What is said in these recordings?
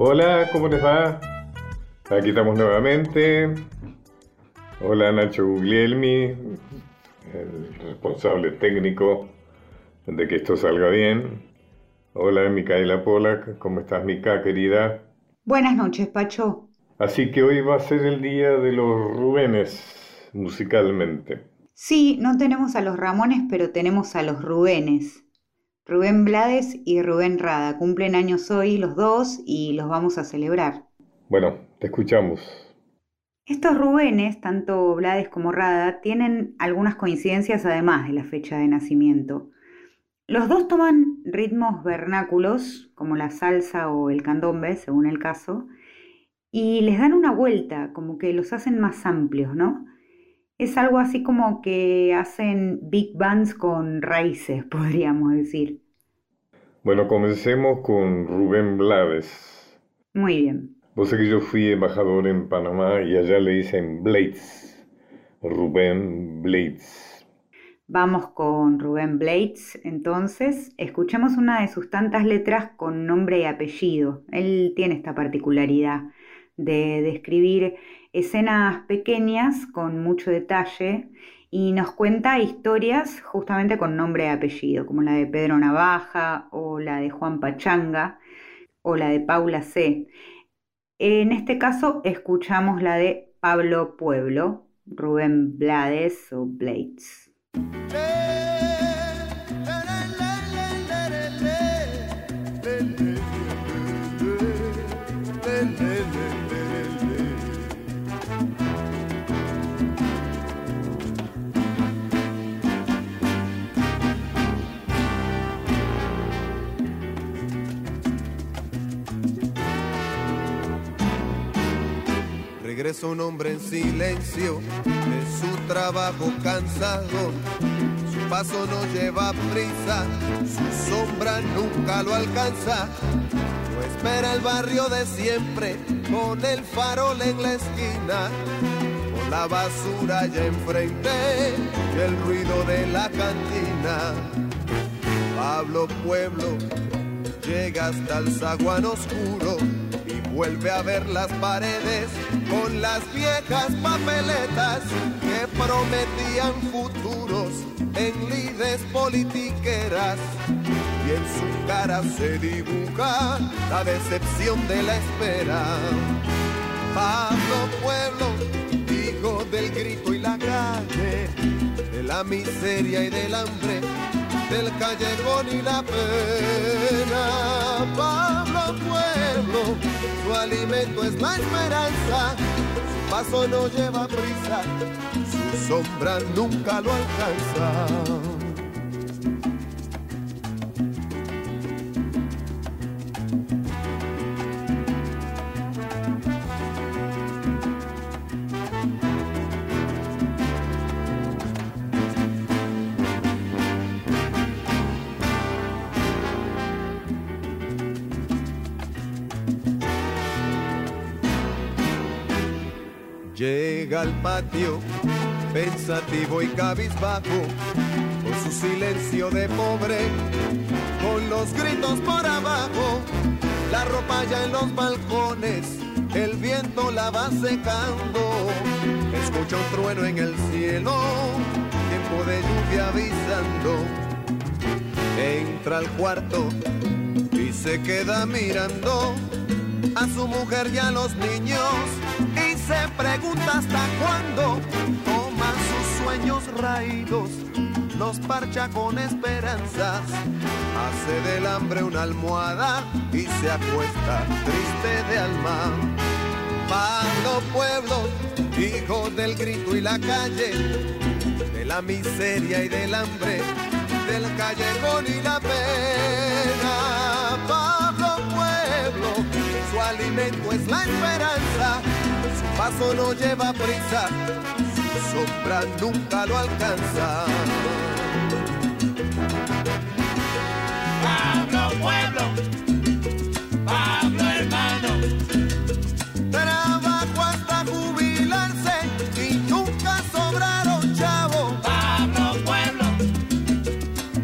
Hola, ¿cómo les va? Aquí estamos nuevamente. Hola, Nacho Guglielmi, el responsable técnico de que esto salga bien. Hola, Micaela Polak, ¿cómo estás, Mica, querida? Buenas noches, Pacho. Así que hoy va a ser el día de los Rubénes, musicalmente. Sí, no tenemos a los Ramones, pero tenemos a los Rubénes. Rubén Blades y Rubén Rada. Cumplen años hoy los dos y los vamos a celebrar. Bueno, te escuchamos. Estos Rubénes, tanto Blades como Rada, tienen algunas coincidencias además de la fecha de nacimiento. Los dos toman ritmos vernáculos, como la salsa o el candombe, según el caso, y les dan una vuelta, como que los hacen más amplios, ¿no? Es algo así como que hacen big bands con raíces, podríamos decir. Bueno, comencemos con Rubén Blades. Muy bien. Vos sé que yo fui embajador en Panamá y allá le dicen Blades. Rubén Blades. Vamos con Rubén Blades, entonces. Escuchemos una de sus tantas letras con nombre y apellido. Él tiene esta particularidad de describir escenas pequeñas con mucho detalle y nos cuenta historias justamente con nombre y apellido, como la de Pedro Navaja o la de Juan Pachanga o la de Paula C. En este caso escuchamos la de Pablo Pueblo, Rubén Blades o Blades. Regresa un hombre en silencio de su trabajo cansado. Su paso no lleva prisa, su sombra nunca lo alcanza. No espera el barrio de siempre, con el farol en la esquina, con la basura ya enfrente y el ruido de la cantina. Pablo Pueblo llega hasta el zaguán oscuro y vuelve a ver las paredes con las viejas papeletas que prometían futuros en lides politiqueras, y en su cara se dibuja la decepción de la espera. Pablo Pueblo, hijo del grito y la calle, de la miseria y del hambre, del callejón y la pena. Pablo Pueblo, su alimento es la esperanza, su paso no lleva prisa, su sombra nunca lo alcanza. Llega al patio, pensativo y cabizbajo, con su silencio de pobre, con los gritos por abajo, la ropa ya en los balcones, el viento la va secando. Escucha un trueno en el cielo, tiempo de lluvia avisando. Entra al cuarto y se queda mirando a su mujer y a los niños, y se pregunta hasta cuándo toma sus sueños raídos, los parcha con esperanzas, hace del hambre una almohada y se acuesta triste de alma. Pablo Pueblo, hijo del grito y la calle, de la miseria y del hambre, del callejón y la pena. Pablo Pueblo, su alimento es la esperanza, su paso no lleva prisa, su sombra nunca lo alcanza. Pablo Pueblo, Pablo hermano, trabajo hasta jubilarse y nunca sobraron chavo. Pablo Pueblo,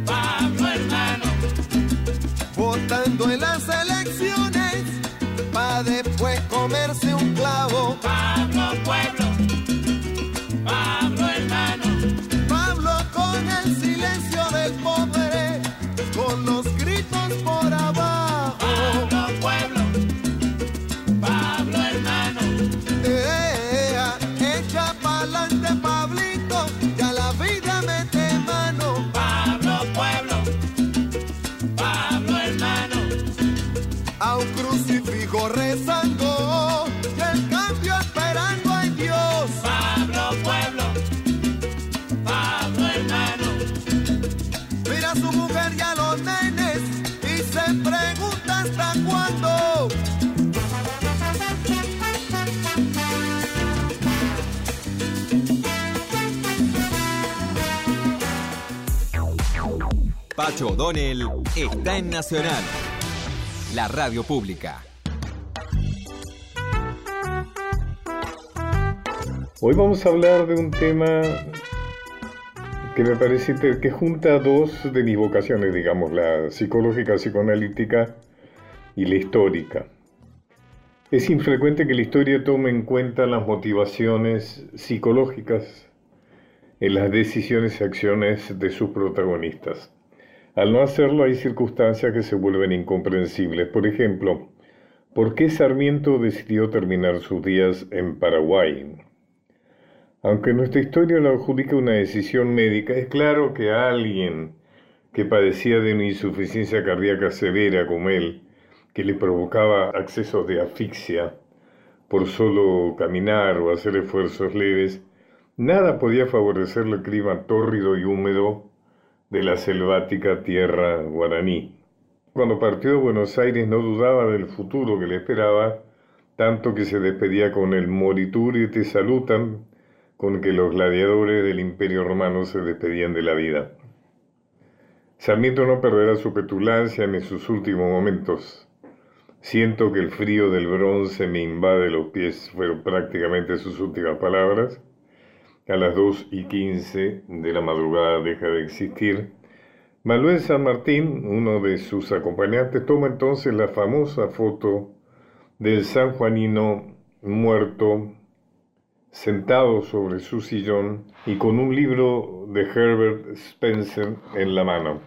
Pablo hermano, Votando en las elecciones comerse un clavo. Pablo Pueblo, Pablo hermano, Pablo con el silencio del pobre, con los gritos por abajo. Pablo Pueblo, Pablo hermano, Echa pa'lante Pablito, ya la vida mete mano. Pablo Pueblo, Pablo hermano, A un crucifijo rezando, y el cambio esperando a Dios. Pablo Pueblo, Pablo hermano, Mira a su mujer y a los nenes y se pregunta hasta cuándo. Pacho O'Donnell está en Nacional, la radio pública. Hoy vamos a hablar de un tema que me parece que junta dos de mis vocaciones, digamos, la psicológica, psicoanalítica y la histórica. Es infrecuente que la historia tome en cuenta las motivaciones psicológicas en las decisiones y acciones de sus protagonistas. Al no hacerlo, hay circunstancias que se vuelven incomprensibles. Por ejemplo, ¿por qué Sarmiento decidió terminar sus días en Paraguay? Aunque nuestra historia le adjudica una decisión médica, es claro que a alguien que padecía de una insuficiencia cardíaca severa como él, que le provocaba accesos de asfixia por solo caminar o hacer esfuerzos leves, nada podía favorecer el clima tórrido y húmedo de la selvática tierra guaraní. Cuando partió de Buenos Aires no dudaba del futuro que le esperaba, tanto que se despedía con el morituri te salutan, con que los gladiadores del Imperio Romano se despedían de la vida. Sarmiento no perderá su petulancia en sus últimos momentos. Siento que el frío del bronce me invade los pies, fueron prácticamente sus últimas palabras. A las 2:15 de la madrugada deja de existir. Manuel San Martín, uno de sus acompañantes, toma entonces la famosa foto del sanjuanino muerto, sentado sobre su sillón y con un libro de Herbert Spencer en la mano.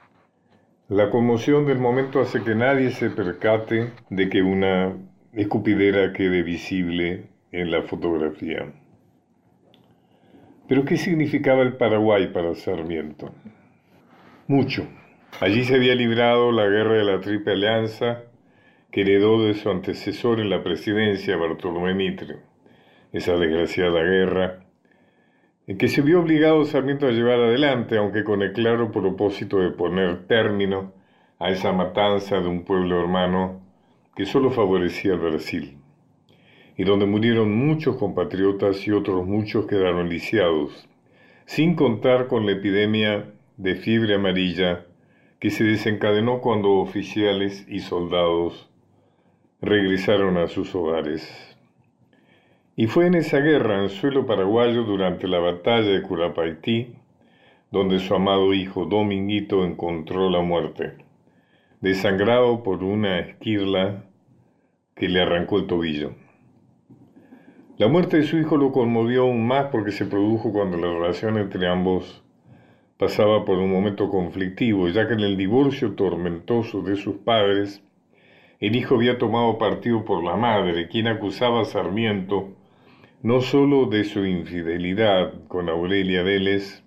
La conmoción del momento hace que nadie se percate de que una escupidera quede visible en la fotografía. ¿Pero qué significaba el Paraguay para Sarmiento? Mucho. Allí se había librado la guerra de la Triple Alianza, que heredó de su antecesor en la presidencia, Bartolomé Mitre. Esa desgraciada guerra, en que se vio obligado Sarmiento a llevar adelante, aunque con el claro propósito de poner término a esa matanza de un pueblo hermano que solo favorecía al Brasil, y donde murieron muchos compatriotas y otros muchos quedaron lisiados, sin contar con la epidemia de fiebre amarilla que se desencadenó cuando oficiales y soldados regresaron a sus hogares. Y fue en esa guerra en suelo paraguayo, durante la batalla de Curapaití, donde su amado hijo Dominguito encontró la muerte, desangrado por una esquirla que le arrancó el tobillo. La muerte de su hijo lo conmovió aún más porque se produjo cuando la relación entre ambos pasaba por un momento conflictivo, ya que en el divorcio tormentoso de sus padres, el hijo había tomado partido por la madre, quien acusaba a Sarmiento no solo de su infidelidad con Aurelia Vélez,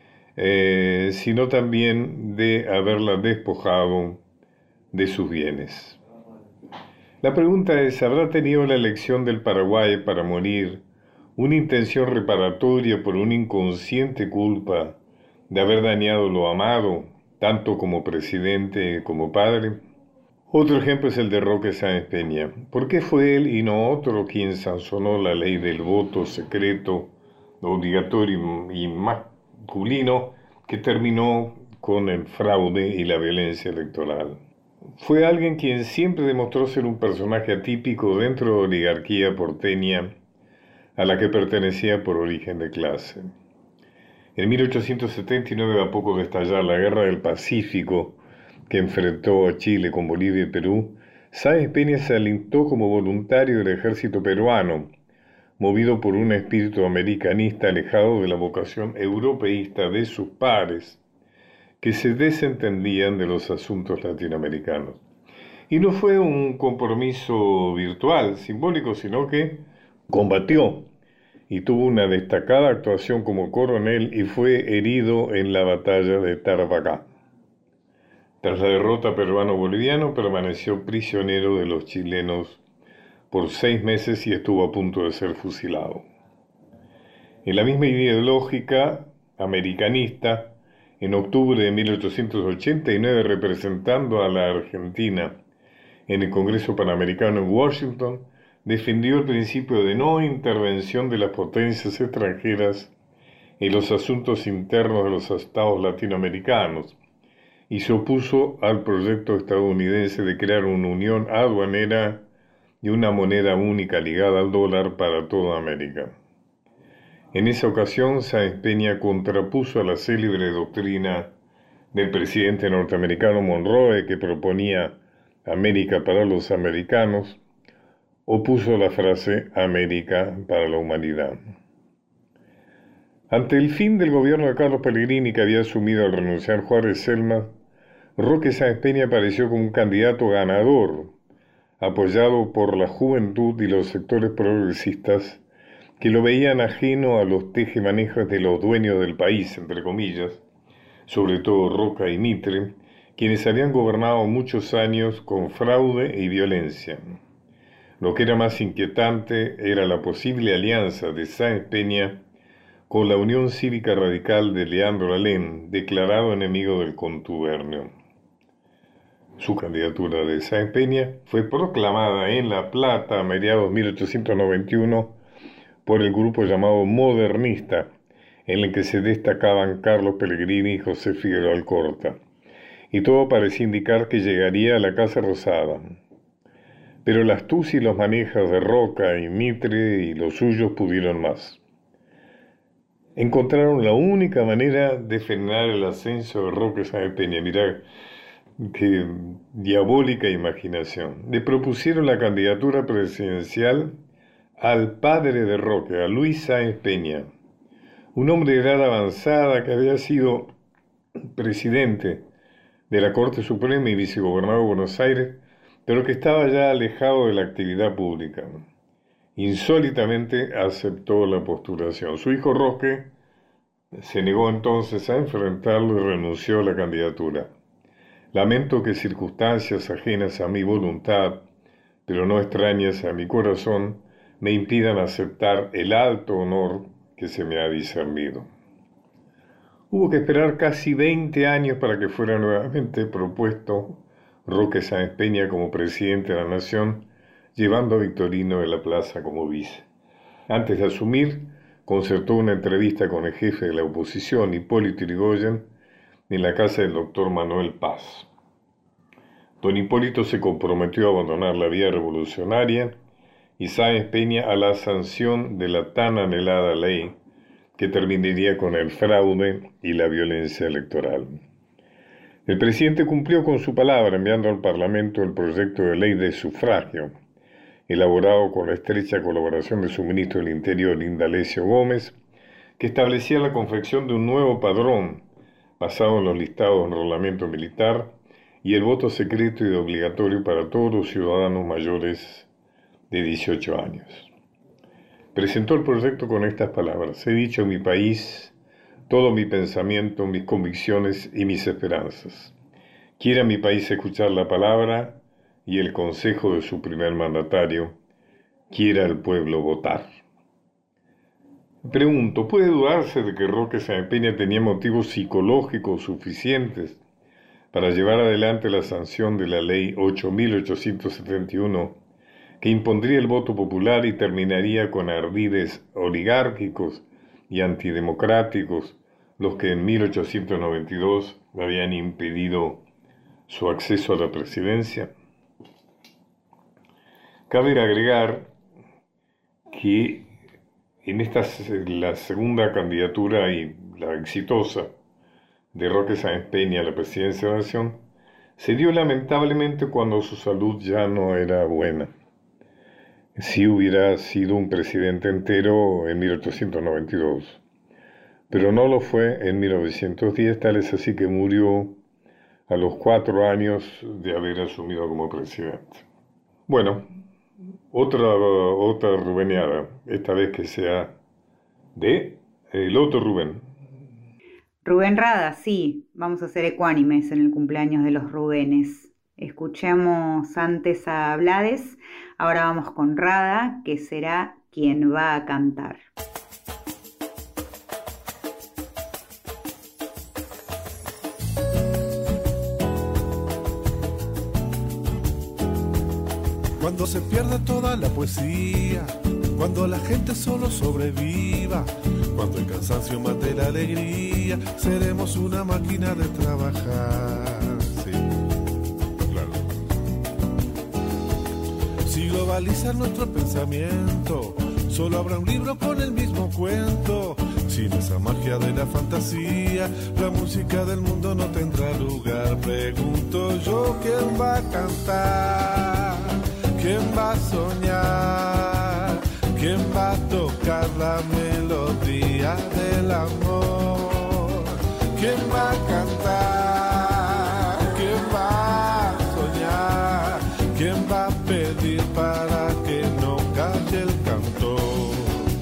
sino también de haberla despojado de sus bienes. La pregunta es, ¿habrá tenido la elección del Paraguay para morir una intención reparatoria por una inconsciente culpa de haber dañado lo amado, tanto como presidente como padre? Otro ejemplo es el de Roque Sáenz Peña. ¿Por qué fue él y no otro quien sancionó la ley del voto secreto, obligatorio y masculino, que terminó con el fraude y la violencia electoral? Fue alguien quien siempre demostró ser un personaje atípico dentro de la oligarquía porteña a la que pertenecía por origen de clase. En 1879, a poco de estallar la Guerra del Pacífico, que enfrentó a Chile con Bolivia y Perú, Sáenz Peña se alistó como voluntario del ejército peruano, movido por un espíritu americanista alejado de la vocación europeísta de sus pares, que se desentendían de los asuntos latinoamericanos. Y no fue un compromiso virtual, simbólico, sino que combatió y tuvo una destacada actuación como coronel y fue herido en la batalla de Tarapacá. Tras la derrota peruano-boliviana, permaneció prisionero de los chilenos por 6 meses y estuvo a punto de ser fusilado. En la misma ideológica americanista, en octubre de 1889, representando a la Argentina en el Congreso Panamericano en Washington, defendió el principio de no intervención de las potencias extranjeras en los asuntos internos de los estados latinoamericanos y se opuso al proyecto estadounidense de crear una unión aduanera y una moneda única ligada al dólar para toda América. En esa ocasión, Sáenz Peña contrapuso a la célebre doctrina del presidente norteamericano Monroe, que proponía América para los americanos, opuso la frase América para la humanidad. Ante el fin del gobierno de Carlos Pellegrini, que había asumido al renunciar Juárez Celmas, Roque Sáenz Peña apareció como un candidato ganador, apoyado por la juventud y los sectores progresistas que lo veían ajeno a los tejemanejos de los dueños del país, entre comillas, sobre todo Roca y Mitre, quienes habían gobernado muchos años con fraude y violencia. Lo que era más inquietante era la posible alianza de Sáenz Peña con la Unión Cívica Radical de Leandro Alem, declarado enemigo del contubernio. Su candidatura de Sáenz Peña fue proclamada en La Plata a mediados de 1891 por el grupo llamado Modernista, en el que se destacaban Carlos Pellegrini y José Figueroa Alcorta, y todo parecía indicar que llegaría a la Casa Rosada. Pero la astucia y los manejos de Roca y Mitre y los suyos pudieron más. Encontraron la única manera de frenar el ascenso de Roque Sáenz Peña. Mirá qué diabólica imaginación. Le propusieron la candidatura presidencial al padre de Roque, a Luis Sáenz Peña, un hombre de edad avanzada que había sido presidente de la Corte Suprema y vicegobernador de Buenos Aires, pero que estaba ya alejado de la actividad pública. Insólitamente aceptó la postulación. Su hijo Roque se negó entonces a enfrentarlo y renunció a la candidatura. Lamento que circunstancias ajenas a mi voluntad, pero no extrañas a mi corazón, me impidan aceptar el alto honor que se me ha discernido. Hubo que esperar casi 20 años para que fuera nuevamente propuesto Roque Sáenz Peña como presidente de la Nación, llevando a Victorino de la Plaza como vice. Antes de asumir, concertó una entrevista con el jefe de la oposición, Hipólito Yrigoyen, en la casa del doctor Manuel Paz. Don Hipólito se comprometió a abandonar la vía revolucionaria y Sáenz Peña a la sanción de la tan anhelada ley que terminaría con el fraude y la violencia electoral. El presidente cumplió con su palabra enviando al Parlamento el proyecto de ley de sufragio, elaborado con la estrecha colaboración de su ministro del Interior, Indalecio Gómez, que establecía la confección de un nuevo padrón basado en los listados de enrolamiento militar y el voto secreto y obligatorio para todos los ciudadanos mayores de 18 años. Presentó el proyecto con estas palabras: he dicho en mi país todo mi pensamiento, mis convicciones y mis esperanzas. Quiera mi país escuchar la palabra y el consejo de su primer mandatario, quiera el pueblo votar. Pregunto, ¿puede dudarse de que Roque Sáenz Peña tenía motivos psicológicos suficientes para llevar adelante la sanción de la ley 8.871, que impondría el voto popular y terminaría con ardides oligárquicos y antidemocráticos, los que en 1892 habían impedido su acceso a la presidencia? Cabe agregar que en la segunda candidatura y la exitosa de Roque Sáenz Peña a la presidencia de la Nación, Se dio lamentablemente cuando su salud ya no era buena. Sí hubiera sido un presidente entero en 1892, pero no lo fue en 1910, tal es así que murió a los 4 años de haber asumido como presidente. Bueno, otra rubeneada, esta vez que sea de el otro Rubén. Rubén Rada, sí, vamos a ser ecuánimes en el cumpleaños de los Rubenes. Escuchamos antes a Blades, ahora vamos con Rada, que será quien va a cantar. Cuando se pierde toda la poesía, cuando la gente solo sobreviva, cuando el cansancio mate la alegría, seremos una máquina de trabajar. Sí, claro. Si globalizan nuestro pensamiento, solo habrá un libro con el mismo cuento. Sin esa magia de la fantasía, la música del mundo no tendrá lugar. Pregunto yo, ¿quién va a cantar? ¿Quién va a soñar? ¿Quién va a tocar la melodía del amor? ¿Quién va a cantar? ¿Quién va a soñar? ¿Quién va a pedir para que no calle el cantor?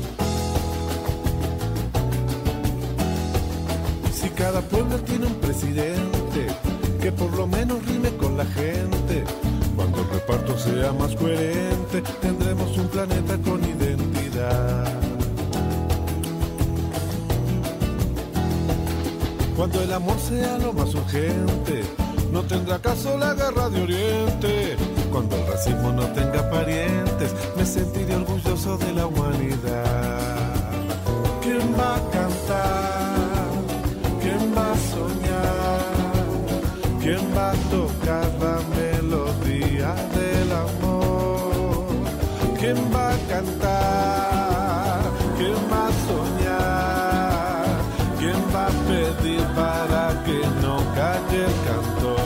Si cada pueblo tiene un presidente que por lo menos rime con la gente, cuando el reparto sea más coherente, tendremos un planeta con identidad. Cuando el amor sea lo más urgente, no tendrá caso la guerra de Oriente. Cuando el racismo no tenga parientes, me sentiré orgulloso de la humanidad. ¿Quién va a cantar? ¿Quién va a soñar? ¿Quién va a tocar la melodía del amor? ¿Quién va a cantar? ¿Quién va a soñar? ¿Quién va a pedir para que no calle el cantor?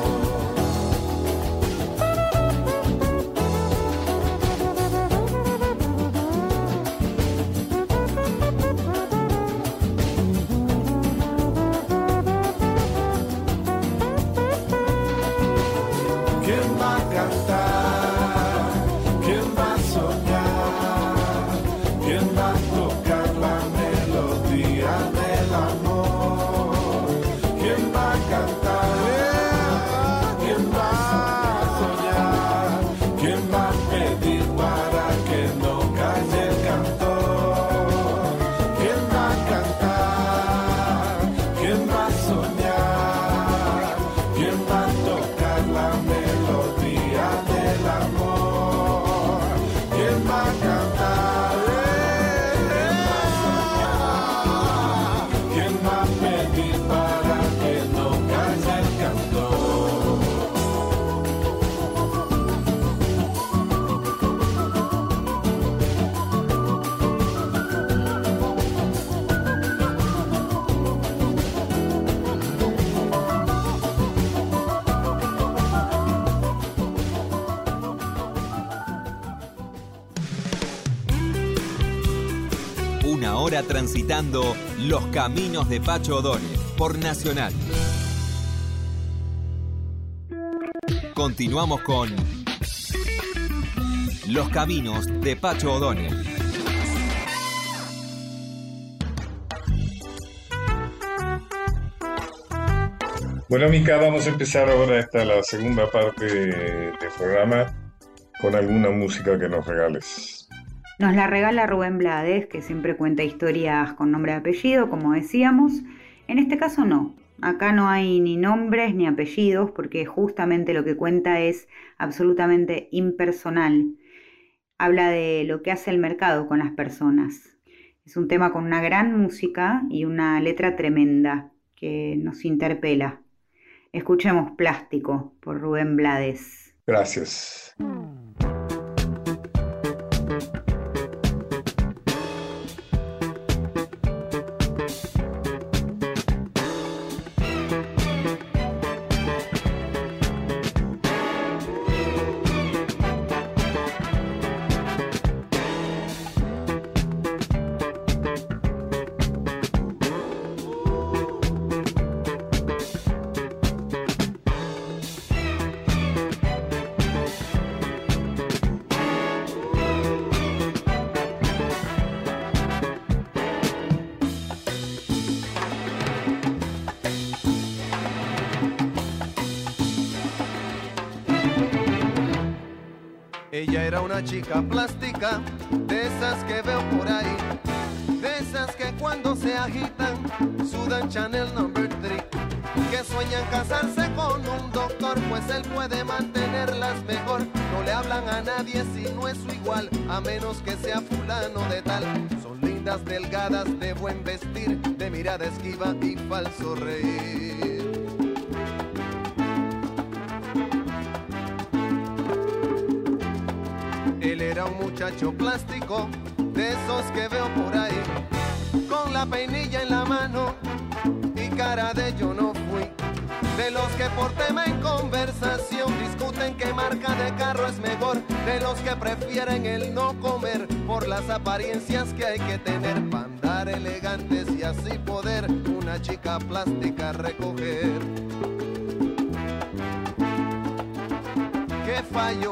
Ahora transitando los caminos de Pacho O'Donnell por Nacional. Continuamos con Los caminos de Pacho O'Donnell. Bueno, Mica, vamos a empezar ahora la segunda parte del programa con alguna música que nos regales. Nos la regala Rubén Blades, que siempre cuenta historias con nombre y apellido, como decíamos. En este caso no. Acá no hay ni nombres ni apellidos, porque justamente lo que cuenta es absolutamente impersonal. Habla de lo que hace el mercado con las personas. Es un tema con una gran música y una letra tremenda que nos interpela. Escuchemos Plástico por Rubén Blades. Gracias. Era una chica plástica, de esas que veo por ahí, de esas que cuando se agitan sudan Chanel No. 3, que sueñan casarse con un doctor, pues él puede mantenerlas mejor. No le hablan a nadie si no es su igual, a menos que sea fulano de tal. Son lindas, delgadas, de buen vestir, de mirada esquiva y falso reír. Él era un muchacho plástico, de esos que veo por ahí, con la peinilla en la mano y cara de yo no fui. De los que por tema en conversación discuten qué marca de carro es mejor. De los que prefieren el no comer por las apariencias que hay que tener para andar elegantes y así poder una chica plástica recoger. ¿Qué falló?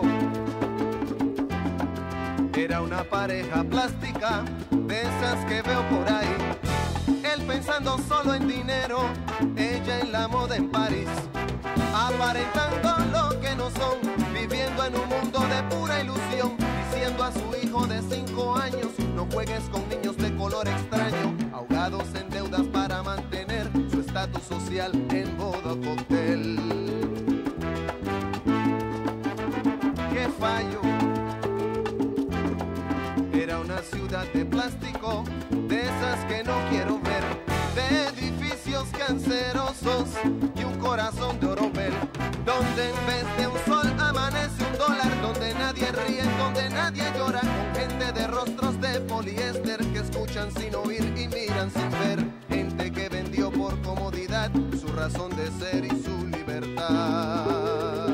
Era una pareja plástica, de esas que veo por ahí. Él pensando solo en dinero, ella en la moda en París. Aparentando lo que no son, viviendo en un mundo de pura ilusión. Diciendo a su hijo de 5 años, no juegues con niños de color extraño. Ahogados en deudas para mantener su estatus social en boda cóctel. ¿Qué fallo? Era una ciudad de plástico, de esas que no quiero ver, de edificios cancerosos y un corazón de oropel, donde en vez de un sol amanece un dólar, donde nadie ríe, donde nadie llora, con gente de rostros de poliéster que escuchan sin oír y miran sin ver, gente que vendió por comodidad su razón de ser y su libertad.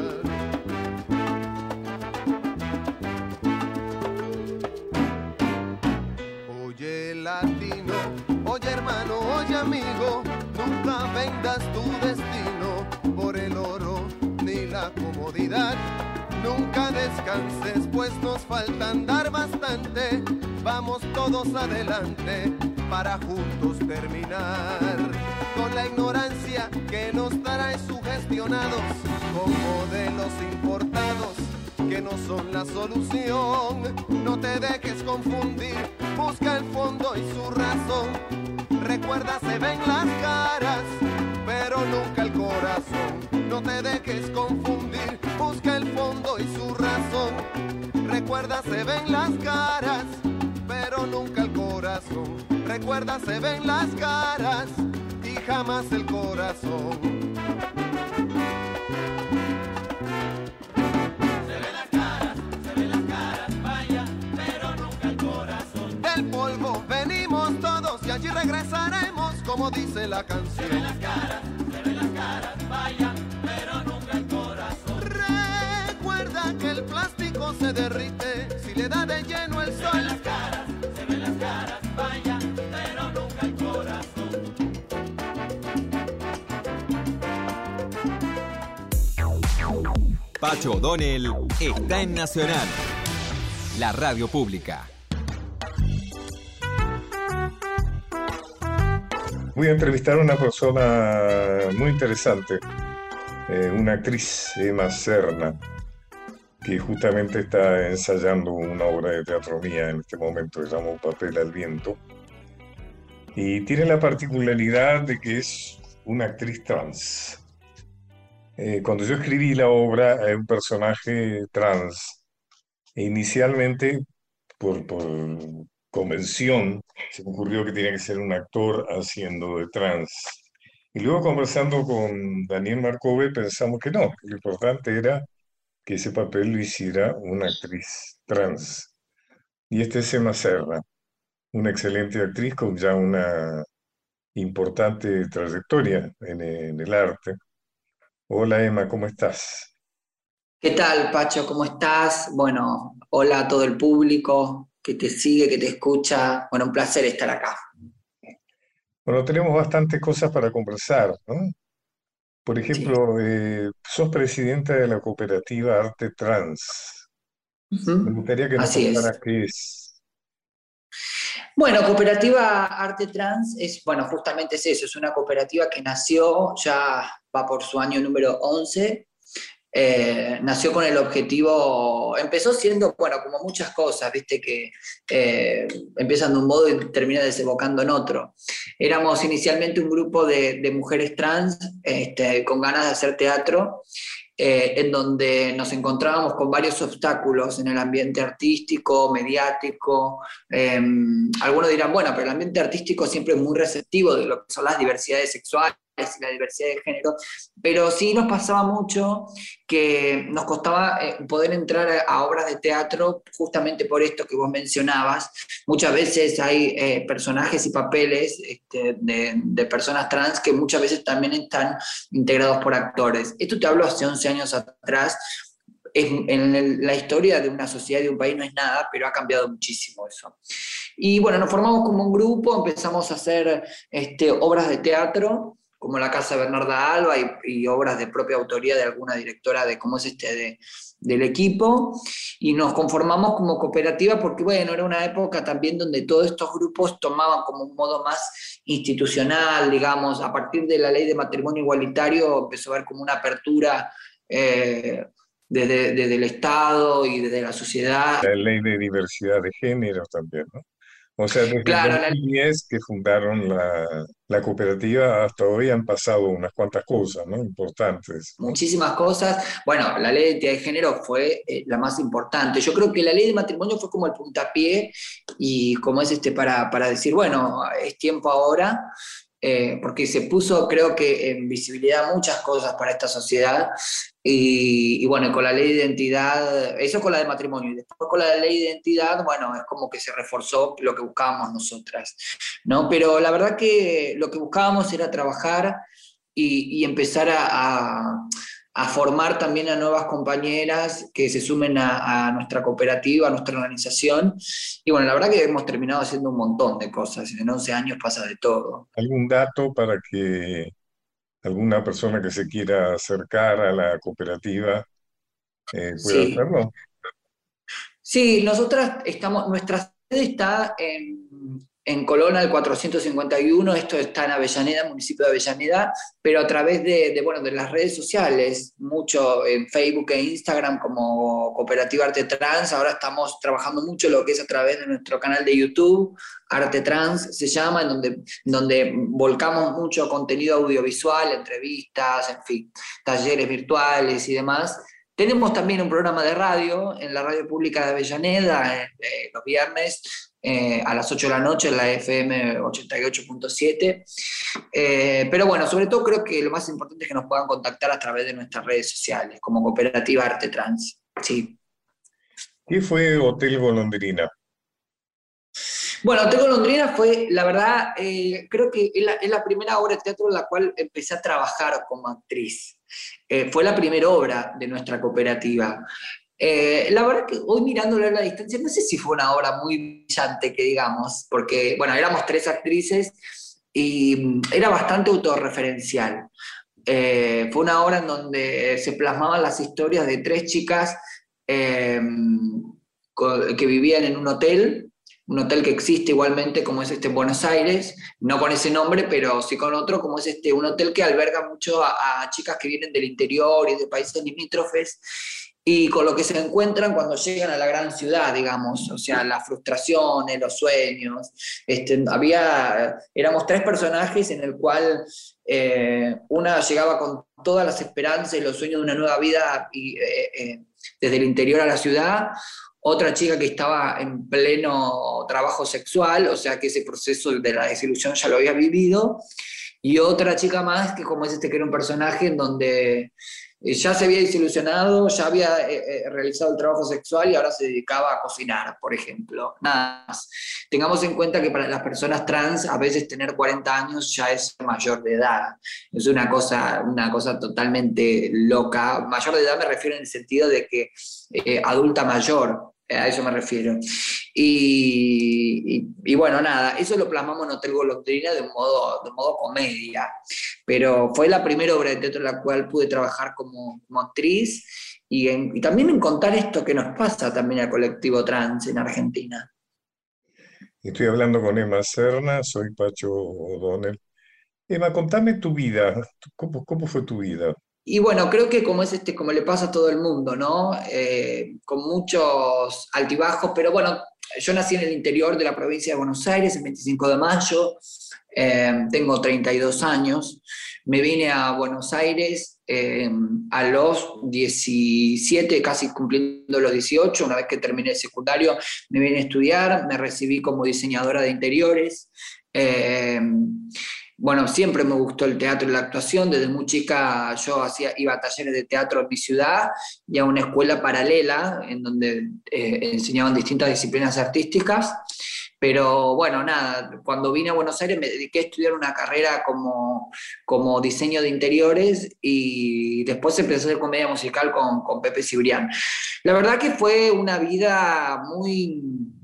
Oye latino, oye hermano, oye amigo, nunca vendas tu destino por el oro ni la comodidad. Nunca descanses, pues nos falta andar bastante. Vamos todos adelante para juntos terminar con la ignorancia que nos trae sugestionados con modelos importados que no son la solución. No te dejes confundir, busca el fondo y su razón. Recuerda, se ven las caras, pero nunca el corazón. No te dejes confundir, busca el fondo y su razón. Recuerda, se ven las caras, pero nunca el corazón. Recuerda, se ven las caras y jamás el corazón. Polvo, venimos todos y allí regresaremos, como dice la canción. Se ven las caras, vaya, pero nunca el corazón. Recuerda que el plástico se derrite si le da de lleno el sol. Se ven las caras, vaya, pero nunca el corazón. Pacho O'Donnell está en Nacional, la radio pública. Voy a entrevistar a una persona muy interesante, una actriz, Emma Serna, que justamente está ensayando una obra de teatro mía en este momento, se llama Un papel al viento, y tiene la particularidad de que es una actriz trans. Cuando yo escribí la obra, hay un personaje trans, e inicialmente por convención, se me ocurrió que tenía que ser un actor haciendo de trans. Y luego conversando con Daniel Marcove pensamos que no, que lo importante era que ese papel lo hiciera una actriz trans. Y esta es Emma Serna, una excelente actriz con ya una importante trayectoria en el arte. Hola Emma, ¿cómo estás? ¿Qué tal, Pacho? ¿Cómo estás? Bueno, hola a todo el público que te sigue, que te escucha. Bueno, un placer estar acá. Bueno, tenemos bastantes cosas para conversar, ¿no? Por Sí. ejemplo, sos presidenta de la cooperativa Arte Trans. Me gustaría que nos Así es. contaras qué es. Bueno, Cooperativa Arte Trans es, bueno, justamente es eso, es una cooperativa que nació, ya va por su año número 11, nació con el objetivo, empezó siendo, bueno, como muchas cosas, viste que empiezan de un modo y termina desembocando en otro. Éramos inicialmente un grupo de mujeres trans con ganas de hacer teatro, en donde nos encontrábamos con varios obstáculos en el ambiente artístico, mediático. Algunos dirán, bueno, pero el ambiente artístico siempre es muy receptivo de lo que son las diversidades sexuales y la diversidad de género, pero sí nos pasaba mucho que nos costaba poder entrar a obras de teatro justamente por esto que vos mencionabas. Muchas veces hay personajes y papeles de personas trans que muchas veces también están integrados por actores. Esto te hablo hace 11 años atrás. En la historia de una sociedad y de un país no es nada, pero ha cambiado muchísimo eso. Y bueno, nos formamos como un grupo, empezamos a hacer obras de teatro, como La Casa de Bernarda Alba y obras de propia autoría de alguna directora de cómo es del equipo, y nos conformamos como cooperativa porque, bueno, era una época también donde todos estos grupos tomaban como un modo más institucional, digamos, a partir de la ley de matrimonio igualitario empezó a haber como una apertura desde el Estado y desde la sociedad. La ley de diversidad de género también, ¿no? O sea, desde el Claro, 2010 que fundaron la cooperativa hasta hoy han pasado unas cuantas cosas, ¿no? Importantes, ¿no? muchísimas cosas. Bueno, la ley de identidad de género fue la más importante. Yo creo que la ley de matrimonio fue como el puntapié y como es para decir, bueno, es tiempo ahora, porque se puso, creo que, en visibilidad muchas cosas para esta sociedad. Y bueno, con la ley de identidad, eso con la de matrimonio, y después con la ley de identidad, bueno, es como que se reforzó lo que buscábamos nosotras, ¿no? Pero la verdad que lo que buscábamos era trabajar y empezar a formar también a nuevas compañeras que se sumen a nuestra cooperativa, a nuestra organización. Y bueno, la verdad que hemos terminado haciendo un montón de cosas. En 11 años pasa de todo. ¿Algún dato para que alguna persona que se quiera acercar a la cooperativa pueda Sí, hacerlo? sí, nosotras estamos, nuestra sede está en Colón al 451. Esto está en Avellaneda, municipio de Avellaneda, pero a través bueno, de las redes sociales, mucho en Facebook e Instagram como Cooperativa Arte Trans. Ahora estamos trabajando mucho lo que es a través de nuestro canal de YouTube, Arte Trans se llama, donde volcamos mucho contenido audiovisual, entrevistas, en fin, talleres virtuales y demás. Tenemos también un programa de radio en la radio pública de Avellaneda, los viernes a las 8 de la noche en la FM 88.7. Pero bueno, sobre todo creo que lo más importante es que nos puedan contactar a través de nuestras redes sociales, como Cooperativa Arte Trans. Sí. ¿Qué fue Hotel Golondrina? Bueno, Hotel Golondrina fue, la verdad, creo que es la primera obra de teatro en la cual empecé a trabajar como actriz. Fue la primera obra de nuestra cooperativa. La verdad que hoy mirándolo a la distancia, no sé si fue una obra muy brillante, que digamos, porque, bueno, éramos 3 actrices y era bastante autorreferencial. Fue una obra en donde se plasmaban las historias de 3 chicas eh, que vivían en un hotel que existe igualmente como es en Buenos Aires, no con ese nombre, pero sí con otro, como es un hotel que alberga mucho a chicas que vienen del interior y de países limítrofes, y con lo que se encuentran cuando llegan a la gran ciudad, digamos, o sea, las frustraciones, los sueños. Éramos 3 personajes en el cual una llegaba con todas las esperanzas y los sueños de una nueva vida desde el interior a la ciudad, otra chica que estaba en pleno trabajo sexual, o sea que ese proceso de la desilusión ya lo había vivido, y otra chica más que como es que era un personaje en donde ya se había desilusionado, ya había realizado el trabajo sexual y ahora se dedicaba a cocinar, por ejemplo. Nada más. Tengamos en cuenta que para las personas trans a veces tener 40 años ya es mayor de edad. Es una cosa totalmente loca. Mayor de edad me refiero en el sentido de que adulta mayor, a eso me refiero. Y bueno, nada, eso lo plasmamos en Hotel Golondrina de modo comedia, pero fue la primera obra de teatro en la cual pude trabajar como actriz y también en contar esto que nos pasa también al colectivo trans en Argentina. Estoy hablando con Emma Serna, soy Pacho O'Donnell. Emma, contame tu vida. ¿Cómo fue tu vida? Y bueno, creo que como es como le pasa a todo el mundo, ¿no? Con muchos altibajos, pero bueno, yo nací en el interior de la provincia de Buenos Aires, el 25 de mayo, tengo 32 años, me vine a Buenos Aires a los 17, casi cumpliendo los 18, una vez que terminé el secundario, me vine a estudiar, me recibí como diseñadora de interiores. Eh, bueno, siempre me gustó el teatro y la actuación. Desde muy chica yo iba a talleres de teatro en mi ciudad y a una escuela paralela en donde enseñaban distintas disciplinas artísticas. Pero bueno, nada, cuando vine a Buenos Aires me dediqué a estudiar una carrera como diseño de interiores y después empecé a hacer comedia musical con Pepe Cibrián. La verdad que fue una vida muy,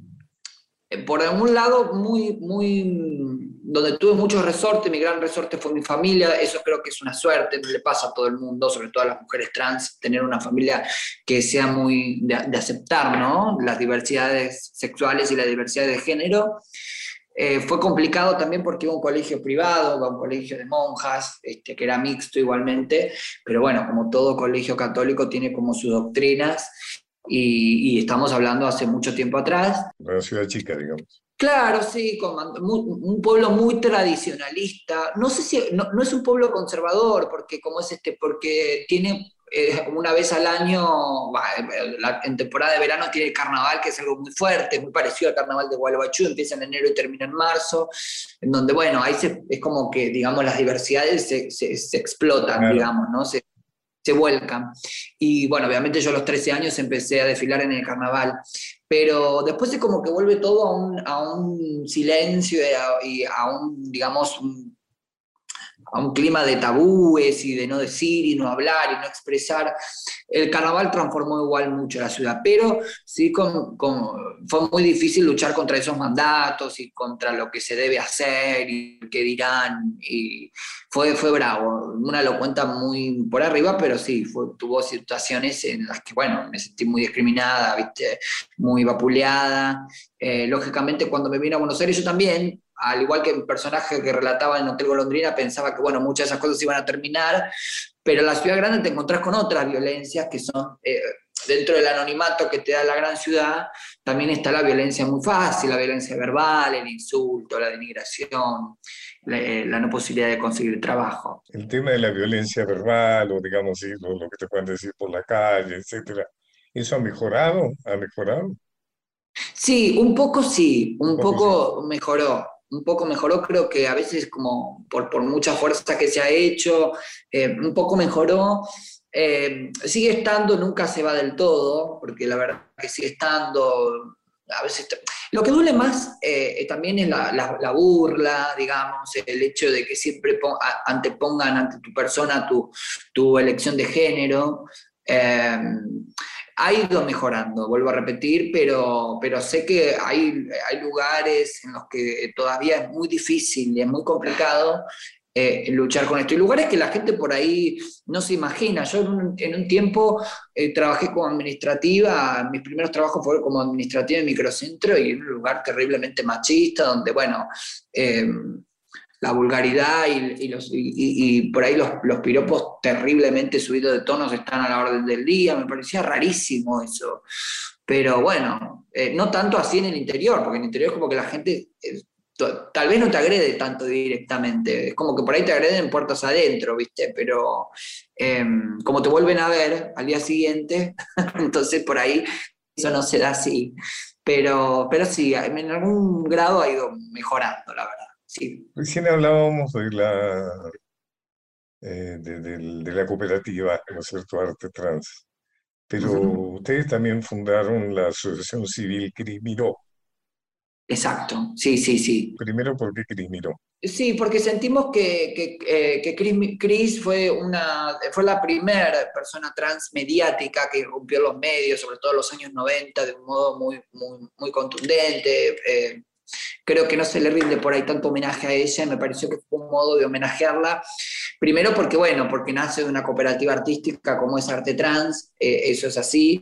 por algún lado, donde tuve muchos resortes. Mi gran resorte fue mi familia. Eso creo que es una suerte, no le pasa a todo el mundo, sobre todo a las mujeres trans, tener una familia que sea muy de aceptar, ¿no? Las diversidades sexuales y la diversidad de género. Fue complicado también porque iba a un colegio privado, iba a un colegio de monjas, que era mixto igualmente, pero bueno, como todo colegio católico tiene como sus doctrinas, y estamos hablando hace mucho tiempo atrás. Una ciudad chica, digamos. Claro, sí, un pueblo muy tradicionalista. No sé si no, no es un pueblo conservador, porque como es porque tiene una vez al año, en temporada de verano tiene el carnaval, que es algo muy fuerte, muy parecido al carnaval de Gualeguaychú, empieza en enero y termina en marzo, en donde, bueno, ahí es como que, digamos, las diversidades se explotan, Claro. digamos, ¿no? Se vuelcan. Y bueno, obviamente yo a los 13 años empecé a desfilar en el carnaval, pero después es como que vuelve todo a un silencio y a un, digamos, a un clima de tabúes y de no decir y no hablar y no expresar. El carnaval transformó igual mucho la ciudad, pero sí fue muy difícil luchar contra esos mandatos y contra lo que se debe hacer y qué dirán, y fue bravo. Una lo cuenta muy por arriba, pero sí, tuvo situaciones en las que, bueno, me sentí muy discriminada, ¿viste? Muy vapuleada. Lógicamente, cuando me vine a Buenos Aires, yo también, al igual que el personaje que relataba en Hotel Golondrina, pensaba que, bueno, muchas de esas cosas iban a terminar, pero en la ciudad grande te encontrás con otras violencias que son, dentro del anonimato que te da la gran ciudad, también está la violencia muy fácil, la violencia verbal, el insulto, la denigración, la no posibilidad de conseguir trabajo. El tema de la violencia verbal o digamos sí, lo que te pueden decir por la calle, etcétera, ¿eso ha mejorado? ¿Ha mejorado? Sí, un poco sí, Un un poco sí. poco mejoró. Un poco mejoró, creo que a veces como por mucha fuerza que se ha hecho, un poco mejoró. Sigue estando, nunca se va del todo, porque la verdad que sigue estando, a veces. Lo que duele más también es la burla, digamos, el hecho de que siempre antepongan ante tu persona tu elección de género. Eh, Ha ido mejorando, vuelvo a repetir, pero sé que hay lugares en los que todavía es muy difícil y es muy complicado luchar con esto. Y lugares que la gente por ahí no se imagina. Yo en un tiempo trabajé como administrativa, mis primeros trabajos fueron como administrativa en microcentro y en un lugar terriblemente machista, donde, bueno, la vulgaridad y por ahí los piropos terriblemente subidos de tonos están a la orden del día. Me parecía rarísimo eso. Pero bueno, no tanto así en el interior, porque en el interior es como que la gente tal vez no te agrede tanto directamente, es como que por ahí te agreden puertas adentro, ¿viste? Pero como te vuelven a ver al día siguiente, entonces por ahí eso no se da así. Pero sí, en algún grado ha ido mejorando, la verdad. Sí. Recién hablábamos de la cooperativa, ¿no es cierto?, Arte Trans, pero Ujú. ustedes también fundaron la Asociación Civil Cris Miró. Exacto, sí, sí, sí. Primero, ¿por qué Cris Miró? Sí, porque sentimos que Chris fue la primera persona trans mediática que rompió los medios, sobre todo en los años 90, de un modo muy, muy, muy contundente. Creo que no se le rinde por ahí tanto homenaje a ella, y me pareció que fue un modo de homenajearla. Primero porque, bueno, porque nace de una cooperativa artística como es Arte Trans, eso es así.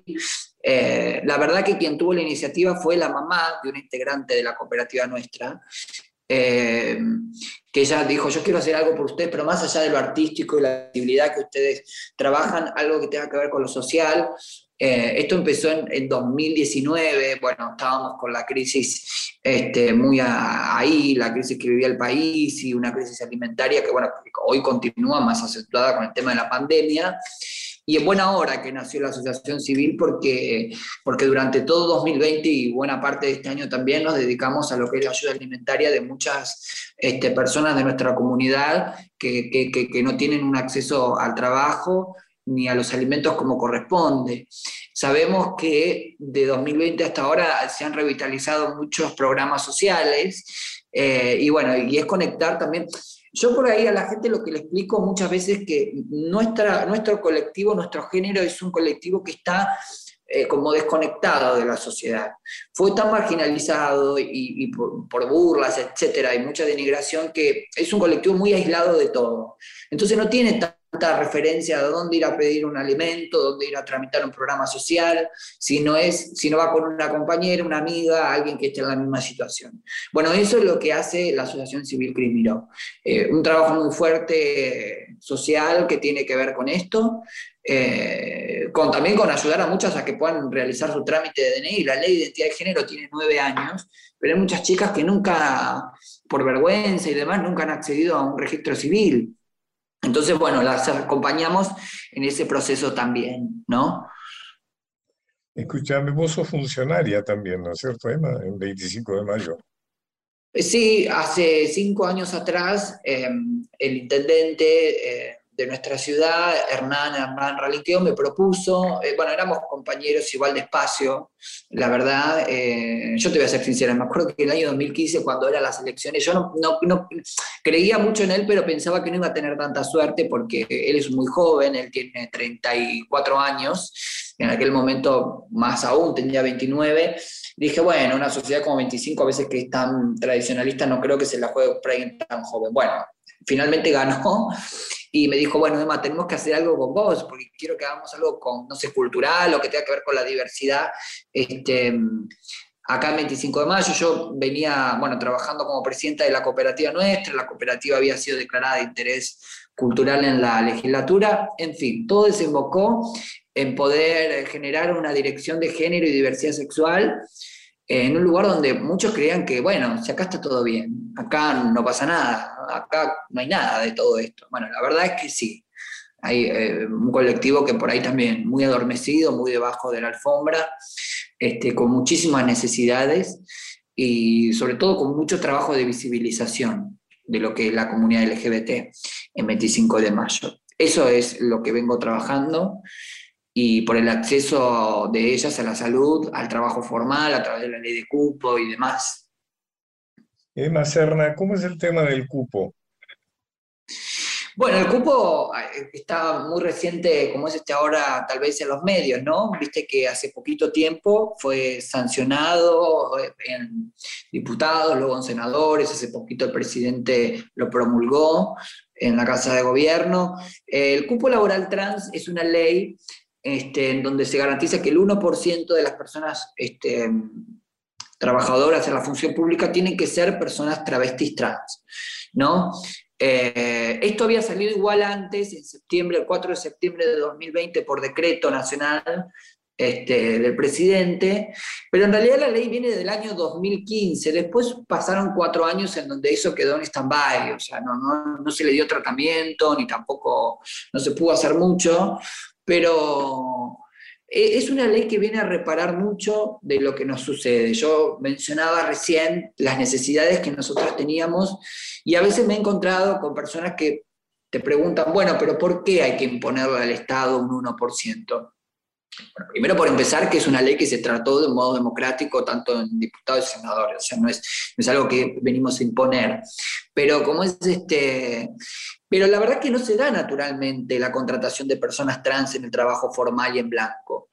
La verdad que quien tuvo la iniciativa fue la mamá de una integrante de la cooperativa nuestra, eh, que ella dijo, yo quiero hacer algo por ustedes, pero más allá de lo artístico y la visibilidad que ustedes trabajan, algo que tenga que ver con lo social. Esto empezó en 2019, bueno, estábamos con la crisis muy ahí, la crisis que vivía el país y una crisis alimentaria que, bueno, hoy continúa más acentuada con el tema de la pandemia. Y en buena hora que nació la asociación civil porque durante todo 2020 y buena parte de este año también nos dedicamos a lo que es la ayuda alimentaria de muchas personas de nuestra comunidad que no tienen un acceso al trabajo ni a los alimentos como corresponde. Sabemos que de 2020 hasta ahora se han revitalizado muchos programas sociales y bueno, y es conectar también. Yo por ahí a la gente lo que le explico muchas veces es que nuestro colectivo, nuestro género es un colectivo que está como desconectado de la sociedad. Fue tan marginalizado y por burlas, etcétera, y mucha denigración que es un colectivo muy aislado de todo. Entonces no tiene tanta referencia de dónde ir a pedir un alimento, dónde ir a tramitar un programa social, si no va con una compañera, una amiga, alguien que esté en la misma situación. Bueno, eso es lo que hace la Asociación Civil Cris Miró. Un trabajo muy fuerte social que tiene que ver con esto, también con ayudar a muchas a que puedan realizar su trámite de DNI. La ley de identidad de género tiene 9 años, pero hay muchas chicas que nunca, por vergüenza y demás, nunca han accedido a un registro civil. Entonces, bueno, las acompañamos en ese proceso también, ¿no? Escúchame, vos sos funcionaria también, ¿no es cierto, Emma? En 25 de mayo. Sí, hace 5 años atrás, el intendente de nuestra ciudad, Hernán Ralinqueo, me propuso, bueno, éramos compañeros igual de espacio, la verdad, yo te voy a ser sincera, me acuerdo que en el año 2015, cuando eran las elecciones, yo no creía mucho en él, pero pensaba que no iba a tener tanta suerte porque él es muy joven, él tiene 34 años, en aquel momento más aún, tenía 29. Dije, bueno, una sociedad como 25 a veces que es tan tradicionalista, no creo que se la juegue por ahí tan joven. Bueno, finalmente ganó y me dijo, bueno, Emma, tenemos que hacer algo con vos, porque quiero que hagamos algo con, no sé, cultural o que tenga que ver con la diversidad. Acá en 25 de mayo yo venía, bueno, trabajando como presidenta de la cooperativa nuestra, la cooperativa había sido declarada de interés cultural en la legislatura, en fin, todo desembocó en poder generar una dirección de género y diversidad sexual en un lugar donde muchos creían que, bueno, si acá está todo bien, acá no pasa nada, acá no hay nada de todo esto. Bueno, la verdad es que sí, hay un colectivo que por ahí también muy adormecido, muy debajo de la alfombra, con muchísimas necesidades y sobre todo con mucho trabajo de visibilización de lo que es la comunidad LGBT en 25 de mayo. Eso es lo que vengo trabajando y por el acceso de ellas a la salud, al trabajo formal, a través de la ley de cupo y demás. Emma Serna, ¿cómo es el tema del cupo? Bueno, el cupo está muy reciente, como es ahora, tal vez en los medios, ¿no? Viste que hace poquito tiempo fue sancionado en diputados, luego en senadores, hace poquito el presidente lo promulgó en la Casa de Gobierno. El cupo laboral trans es una ley en donde se garantiza que el 1% de las personas trabajadoras en la función pública tienen que ser personas travestis trans, ¿no? Esto había salido igual antes, en septiembre, el 4 de septiembre de 2020, por decreto nacional del presidente, pero en realidad la ley viene del año 2015, después pasaron 4 años en donde eso quedó en stand-by, o sea, no se le dio tratamiento, ni tampoco, no se pudo hacer mucho, pero es una ley que viene a reparar mucho de lo que nos sucede. Yo mencionaba recién las necesidades que nosotros teníamos y a veces me he encontrado con personas que te preguntan, bueno, pero ¿por qué hay que imponerle al Estado un 1%? Bueno, primero por empezar, que es una ley que se trató de un modo democrático tanto en diputados y senadores, o sea, no es algo que venimos a imponer. Pero como es pero la verdad que no se da naturalmente la contratación de personas trans en el trabajo formal y en blanco.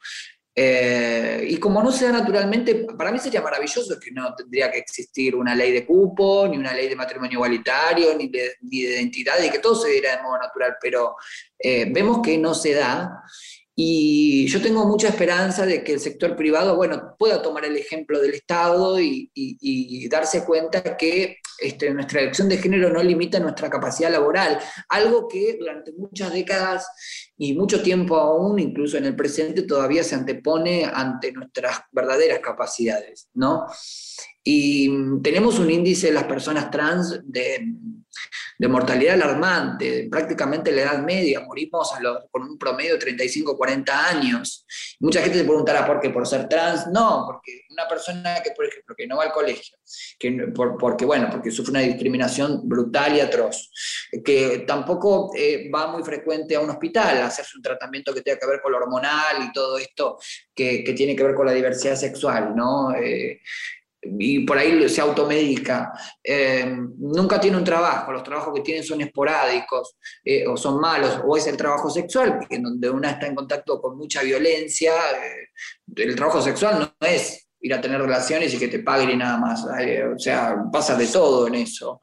Y como no se da naturalmente, para mí sería maravilloso que no tendría que existir una ley de cupo, ni una ley de matrimonio igualitario, ni de identidad, y que todo se diera de modo natural, pero vemos que no se da. Y yo tengo mucha esperanza de que el sector privado, bueno, pueda tomar el ejemplo del Estado y darse cuenta que nuestra elección de género no limita nuestra capacidad laboral, algo que durante muchas décadas y mucho tiempo aún, incluso en el presente, todavía se antepone ante nuestras verdaderas capacidades, ¿no? Y tenemos un índice de las personas trans de mortalidad alarmante, prácticamente la edad media, morimos con un promedio de 35, 40 años. Mucha gente se preguntará por qué, por ser trans. No, porque una persona que, por ejemplo, que no va al colegio, porque sufre una discriminación brutal y atroz, que tampoco va muy frecuente a un hospital a hacerse un tratamiento que tenga que ver con lo hormonal y todo esto que tiene que ver con la diversidad sexual, ¿no? Y por ahí se automedica, nunca tiene un trabajo, los trabajos que tienen son esporádicos, o son malos, o es el trabajo sexual, en donde una está en contacto con mucha violencia. El trabajo sexual no es ir a tener relaciones y que te paguen y nada más, o sea, pasa de todo en eso.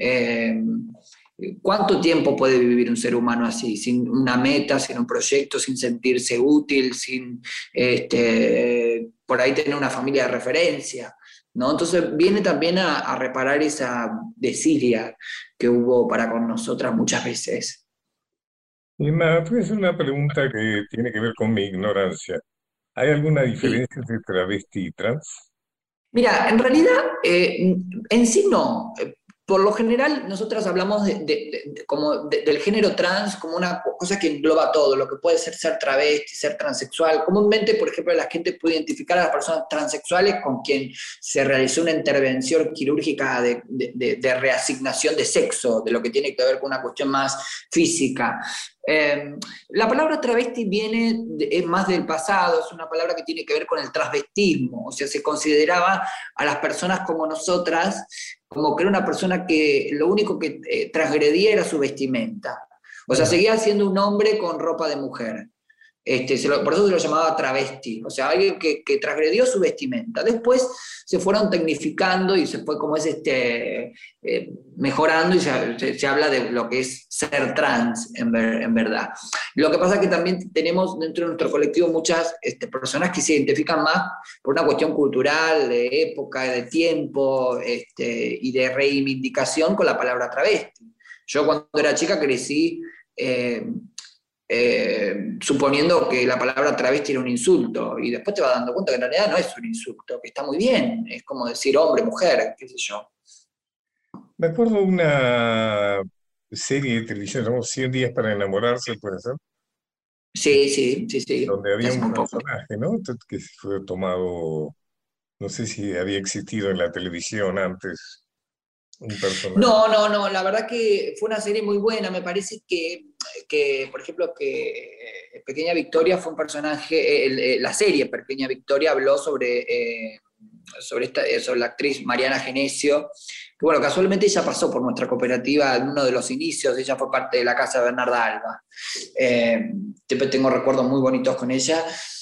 ¿Cuánto tiempo puede vivir un ser humano así, sin una meta, sin un proyecto, sin sentirse útil, sin por ahí tener una familia de referencia? ¿No? Entonces viene también a reparar esa desidia que hubo para con nosotras muchas veces. Lima, te voy a hacer una pregunta que tiene que ver con mi ignorancia. ¿Hay alguna Sí. diferencia entre travesti y trans? Mira, en realidad, en sí no. Por lo general, nosotras hablamos del género trans como una cosa que engloba todo, lo que puede ser travesti, ser transexual. Comúnmente, por ejemplo, la gente puede identificar a las personas transexuales con quien se realizó una intervención quirúrgica de reasignación de sexo, de lo que tiene que ver con una cuestión más física. La palabra travesti es más del pasado, es una palabra que tiene que ver con el transvestismo, o sea, se consideraba a las personas como nosotras, como que era una persona que lo único que transgredía era su vestimenta. O sea, Ah, seguía siendo un hombre con ropa de mujer. Por eso se lo llamaba travesti, o sea, alguien que transgredió su vestimenta. Después se fueron tecnificando y se fue como mejorando y se habla de lo que es ser trans en verdad. Lo que pasa es que también tenemos dentro de nuestro colectivo muchas personas que se identifican más por una cuestión cultural, de época, de tiempo y de reivindicación con la palabra travesti. Yo cuando era chica crecí suponiendo que la palabra travesti era un insulto, y después te vas dando cuenta que en realidad no es un insulto, que está muy bien, es como decir hombre, mujer, qué sé yo. me acuerdo una serie de televisión, llamó 100 días para enamorarse, puede ser, Sí, sí, sí, sí, donde de había hace un muy poco. personaje, ¿no? Que fue tomado, no sé si había existido en la televisión antes, un personaje. No, no, no, la verdad que fue una serie muy buena, me parece por ejemplo, que Pequeña Victoria fue un personaje, la serie Pequeña Victoria habló sobre la actriz Mariana Genesio, que bueno, casualmente ella pasó por nuestra cooperativa en uno de los inicios, ella fue parte de la casa de Bernarda Alba. Siempre tengo recuerdos muy bonitos con ella.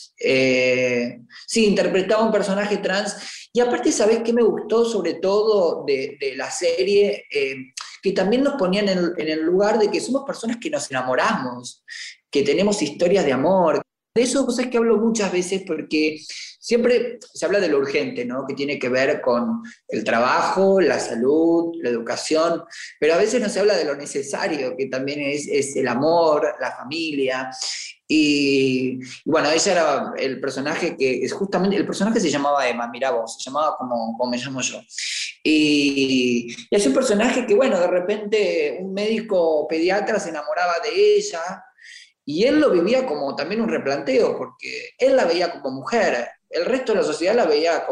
Sí, interpretaba un personaje trans y aparte, ¿sabés qué me gustó sobre todo de la serie? Que también nos ponían en el lugar de que somos personas que nos enamoramos, que tenemos historias de amor. De eso, cosas que hablo muchas veces porque siempre se habla de lo urgente, ¿no? Que tiene que ver con el trabajo, la salud, la educación, pero a veces no se habla de lo necesario, que también es el amor, la familia. Y bueno, ella era el personaje que es justamente, el personaje se llamaba Emma, mirá vos, se llamaba como me llamo yo. Y es un personaje que, bueno, de repente un médico pediatra se enamoraba de ella y él lo vivía como también un replanteo, porque él la veía como mujer, el resto de la sociedad la veía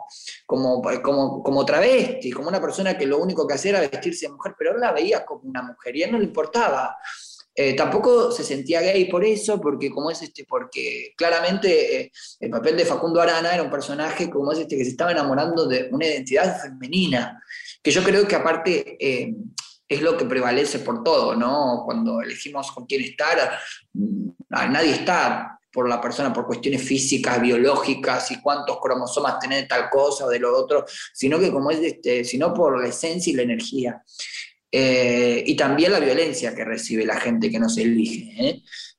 como travesti, como una persona que lo único que hacía era vestirse de mujer, pero él la veía como una mujer y a él no le importaba. Tampoco se sentía gay por eso, porque claramente el papel de Facundo Arana era un personaje como que se estaba enamorando de una identidad femenina, que yo creo que aparte es lo que prevalece por todo, ¿no? Cuando elegimos con quién estar, nadie está por la persona por cuestiones físicas, biológicas y cuántos cromosomas tener de tal cosa o de lo otro, sino que sino por la esencia y la energía. Y también la violencia que recibe la gente que nos elige, ¿eh?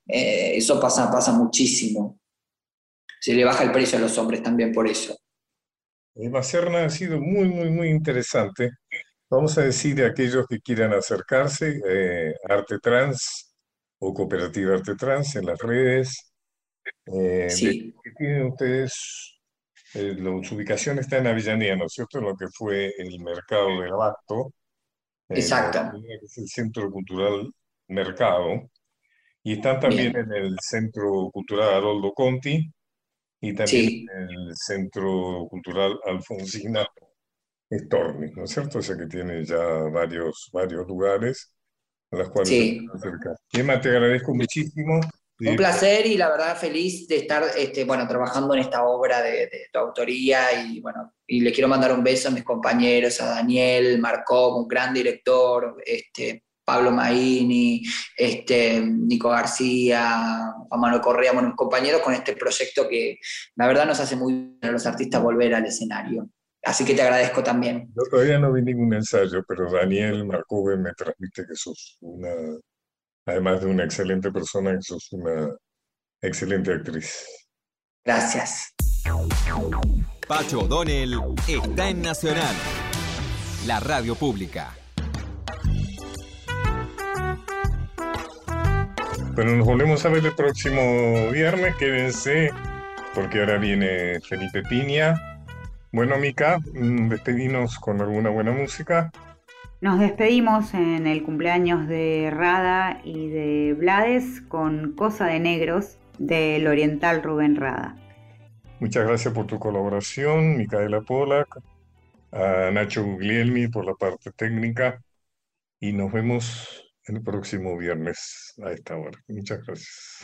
Eso pasa muchísimo. Se le baja el precio a los hombres también por eso. Macerna ha sido muy, muy, muy interesante. Vamos a decir a aquellos que quieran acercarse, Arte Trans o Cooperativa Arte Trans en las redes. Sí, ¿Qué tienen ustedes? Su ubicación está en Avellaneda, ¿no es cierto? En lo que fue el mercado del Abasto, exacto. que es el Centro Cultural Mercado. Y están también Bien, en el Centro Cultural Haroldo Conti y también sí, en el Centro Cultural Alfonsina Storni, ¿no es cierto? O sea que tiene ya varios lugares a los cuales se sí. pueden acercar. Emma, te agradezco muchísimo. Un Sí, placer y la verdad feliz de estar bueno, trabajando en esta obra de tu autoría y bueno, y le quiero mandar un beso a mis compañeros, a Daniel Marcó, un gran director, Pablo Maini, Nico García, a Manuel Correa, bueno, mis compañeros con este proyecto que la verdad nos hace muy bien a los artistas volver al escenario. Así que te agradezco también. yo todavía no vi ningún ensayo, pero Daniel Marcove me transmite que sos además de una excelente persona, que sos una excelente actriz. Gracias. Pacho O'Donnell está en Nacional, la radio pública. Bueno, nos volvemos a ver el próximo viernes, quédense, porque ahora viene Felipe Piña. Bueno, Mica, despedimos con alguna buena música. Nos despedimos en el cumpleaños de Rada y de Blades con Cosa de Negros del oriental Rubén Rada. Muchas gracias por tu colaboración, Micaela Polak, a Nacho Guglielmi por la parte técnica y nos vemos el próximo viernes a esta hora. Muchas gracias.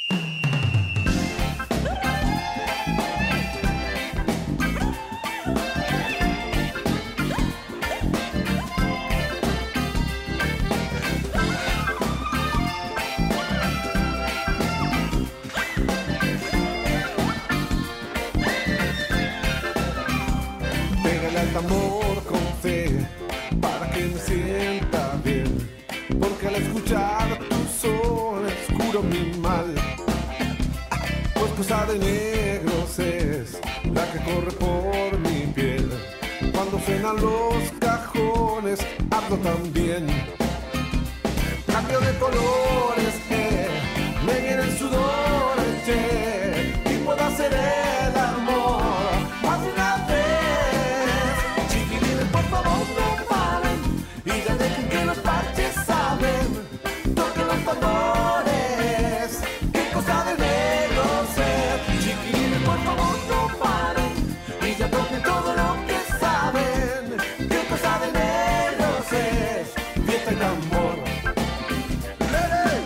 Pégale al tambor con fe para que me sienta bien, porque al escuchar tu son oscuro mi mal, pues cosa de negros es la que corre por mi piel. Cuando suenan los cajones ardo también, cambio de colores, me viene el sudor, y puedo hacer el amor más de una vez. Chiquilines, por favor no paren y ya dejen que los parches saben, toquen los tambores, qué cosa de negros es. Chiquilines, por favor no paren y ya toquen todo lo que saben, qué cosa de negros es, fiesta y tambor. ¡Lere!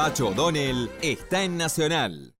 Pacho O'Donnell está en Nacional.